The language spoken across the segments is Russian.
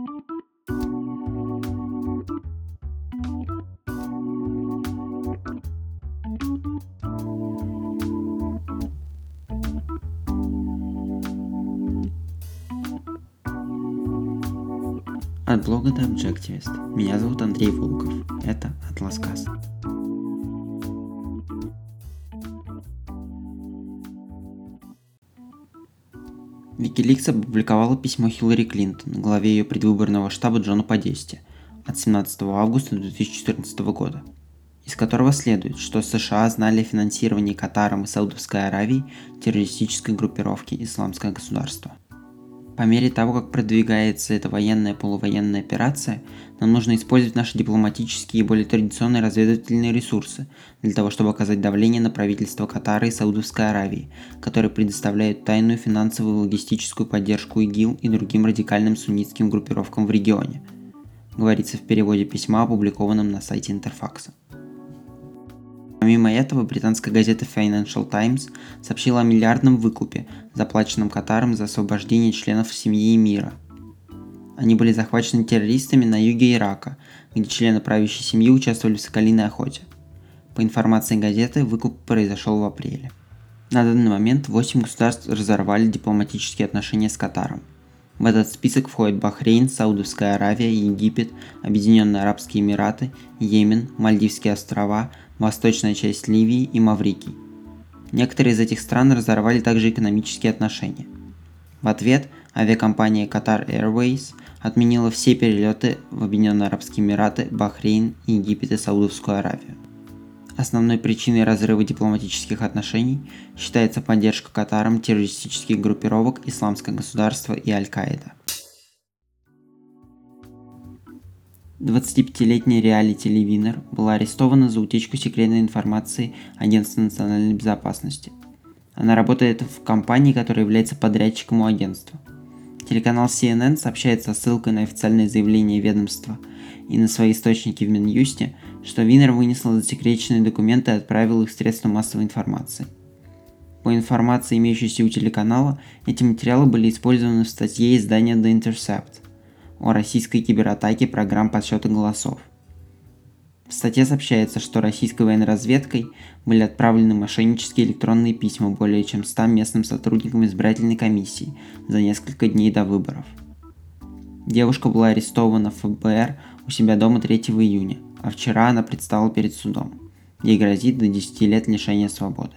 От блога The Objectivist. Меня зовут Андрей Волков. Это Атласкаст. Wikileaks опубликовала письмо Хиллари Клинтон, главе ее предвыборного штаба Джону Подесте, от 17 августа 2014 года, из которого следует, что США знали о финансировании Катаром и Саудовской Аравией террористической группировки «Исламское государство». По мере того, как продвигается эта военная и полувоенная операция, нам нужно использовать наши дипломатические и более традиционные разведывательные ресурсы для того, чтобы оказать давление на правительства Катара и Саудовской Аравии, которые предоставляют тайную финансовую и логистическую поддержку ИГИЛ и другим радикальным суннитским группировкам в регионе, говорится в переводе письма, опубликованном на сайте Интерфакса. Помимо этого, британская газета Financial Times сообщила о миллиардном выкупе, заплаченном Катаром за освобождение членов семьи эмира. Они были захвачены террористами на юге Ирака, где члены правящей семьи участвовали в соколиной охоте. По информации газеты, выкуп произошел в апреле. На данный момент 8 государств разорвали дипломатические отношения с Катаром. В этот список входят Бахрейн, Саудовская Аравия, Египет, Объединенные Арабские Эмираты, Йемен, Мальдивские острова, восточная часть Ливии и Маврикий. Некоторые из этих стран разорвали также экономические отношения. В ответ авиакомпания Qatar Airways отменила все перелеты в Объединенные Арабские Эмираты, Бахрейн, Египет и Саудовскую Аравию. Основной причиной разрыва дипломатических отношений считается поддержка Катаром террористических группировок «Исламское государство» и Аль-Каида. 25-летняя реалити Винер была арестована за утечку секретной информации Агентства национальной безопасности. Она работает в компании, которая является подрядчиком у агентства. Телеканал CNN сообщает со ссылкой на официальное заявление ведомства и на свои источники в Минюсте, что Винер вынесла засекреченные документы и отправила их в средства массовой информации. По информации, имеющейся у телеканала, эти материалы были использованы в статье издания The Intercept о российской кибератаке программ подсчета голосов. В статье сообщается, что российской военной разведкой были отправлены мошеннические электронные письма более чем 100 местным сотрудникам избирательной комиссии за несколько дней до выборов. Девушка была арестована в ФБР у себя дома 3 июня, а вчера она предстала перед судом. Ей грозит до 10 лет лишения свободы.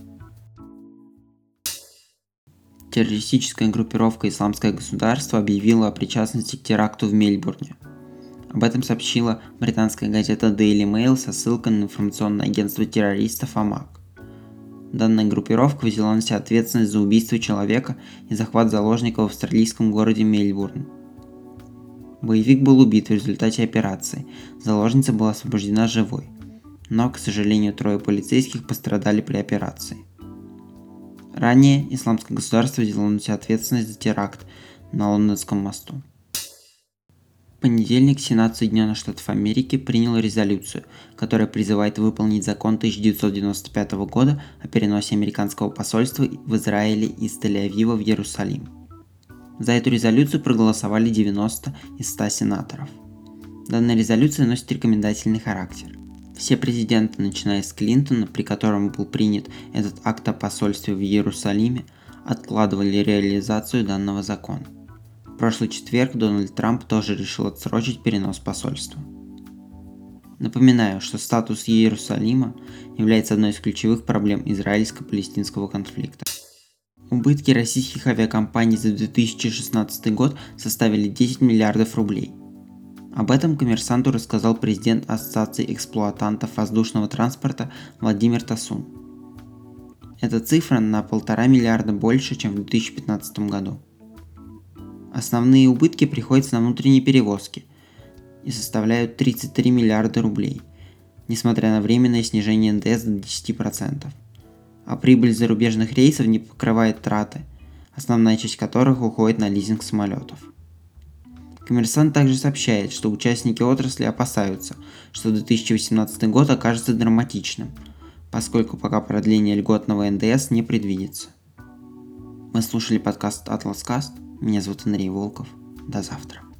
Террористическая группировка «Исламское государство» объявила о причастности к теракту в Мельбурне. Об этом сообщила британская газета Daily Mail со ссылкой на информационное агентство террористов АМАК. Данная группировка взяла на себя ответственность за убийство человека и захват заложников в австралийском городе Мельбурн. Боевик был убит в результате операции, заложница была освобождена живой, но, к сожалению, 3 полицейских пострадали при операции. Ранее Исламское государство взяло на себя ответственность за теракт на Лондонском мосту. В понедельник Сенат Соединенных Штатов Америки принял резолюцию, которая призывает выполнить закон 1995 года о переносе американского посольства в Израиле из Тель-Авива в Иерусалим. За эту резолюцию проголосовали 90 из 100 сенаторов. Данная резолюция носит рекомендательный характер. Все президенты, начиная с Клинтона, при котором был принят этот акт о посольстве в Иерусалиме, откладывали реализацию данного закона. В прошлый четверг Дональд Трамп тоже решил отсрочить перенос посольства. Напоминаю, что статус Иерусалима является одной из ключевых проблем израильско-палестинского конфликта. Убытки российских авиакомпаний за 2016 год составили 10 миллиардов рублей. Об этом «Коммерсанту» рассказал президент Ассоциации эксплуатантов воздушного транспорта Владимир Тасун. Эта цифра на 1,5 миллиарда больше, чем в 2015 году. Основные убытки приходятся на внутренние перевозки и составляют 33 миллиарда рублей, несмотря на временное снижение НДС до 10%. А прибыль зарубежных рейсов не покрывает траты, основная часть которых уходит на лизинг самолетов. «Коммерсант» также сообщает, что участники отрасли опасаются, что 2018 год окажется драматичным, поскольку пока продление льготного НДС не предвидится. Вы слушали подкаст Атласкаст. Меня зовут Андрей Волков. До завтра.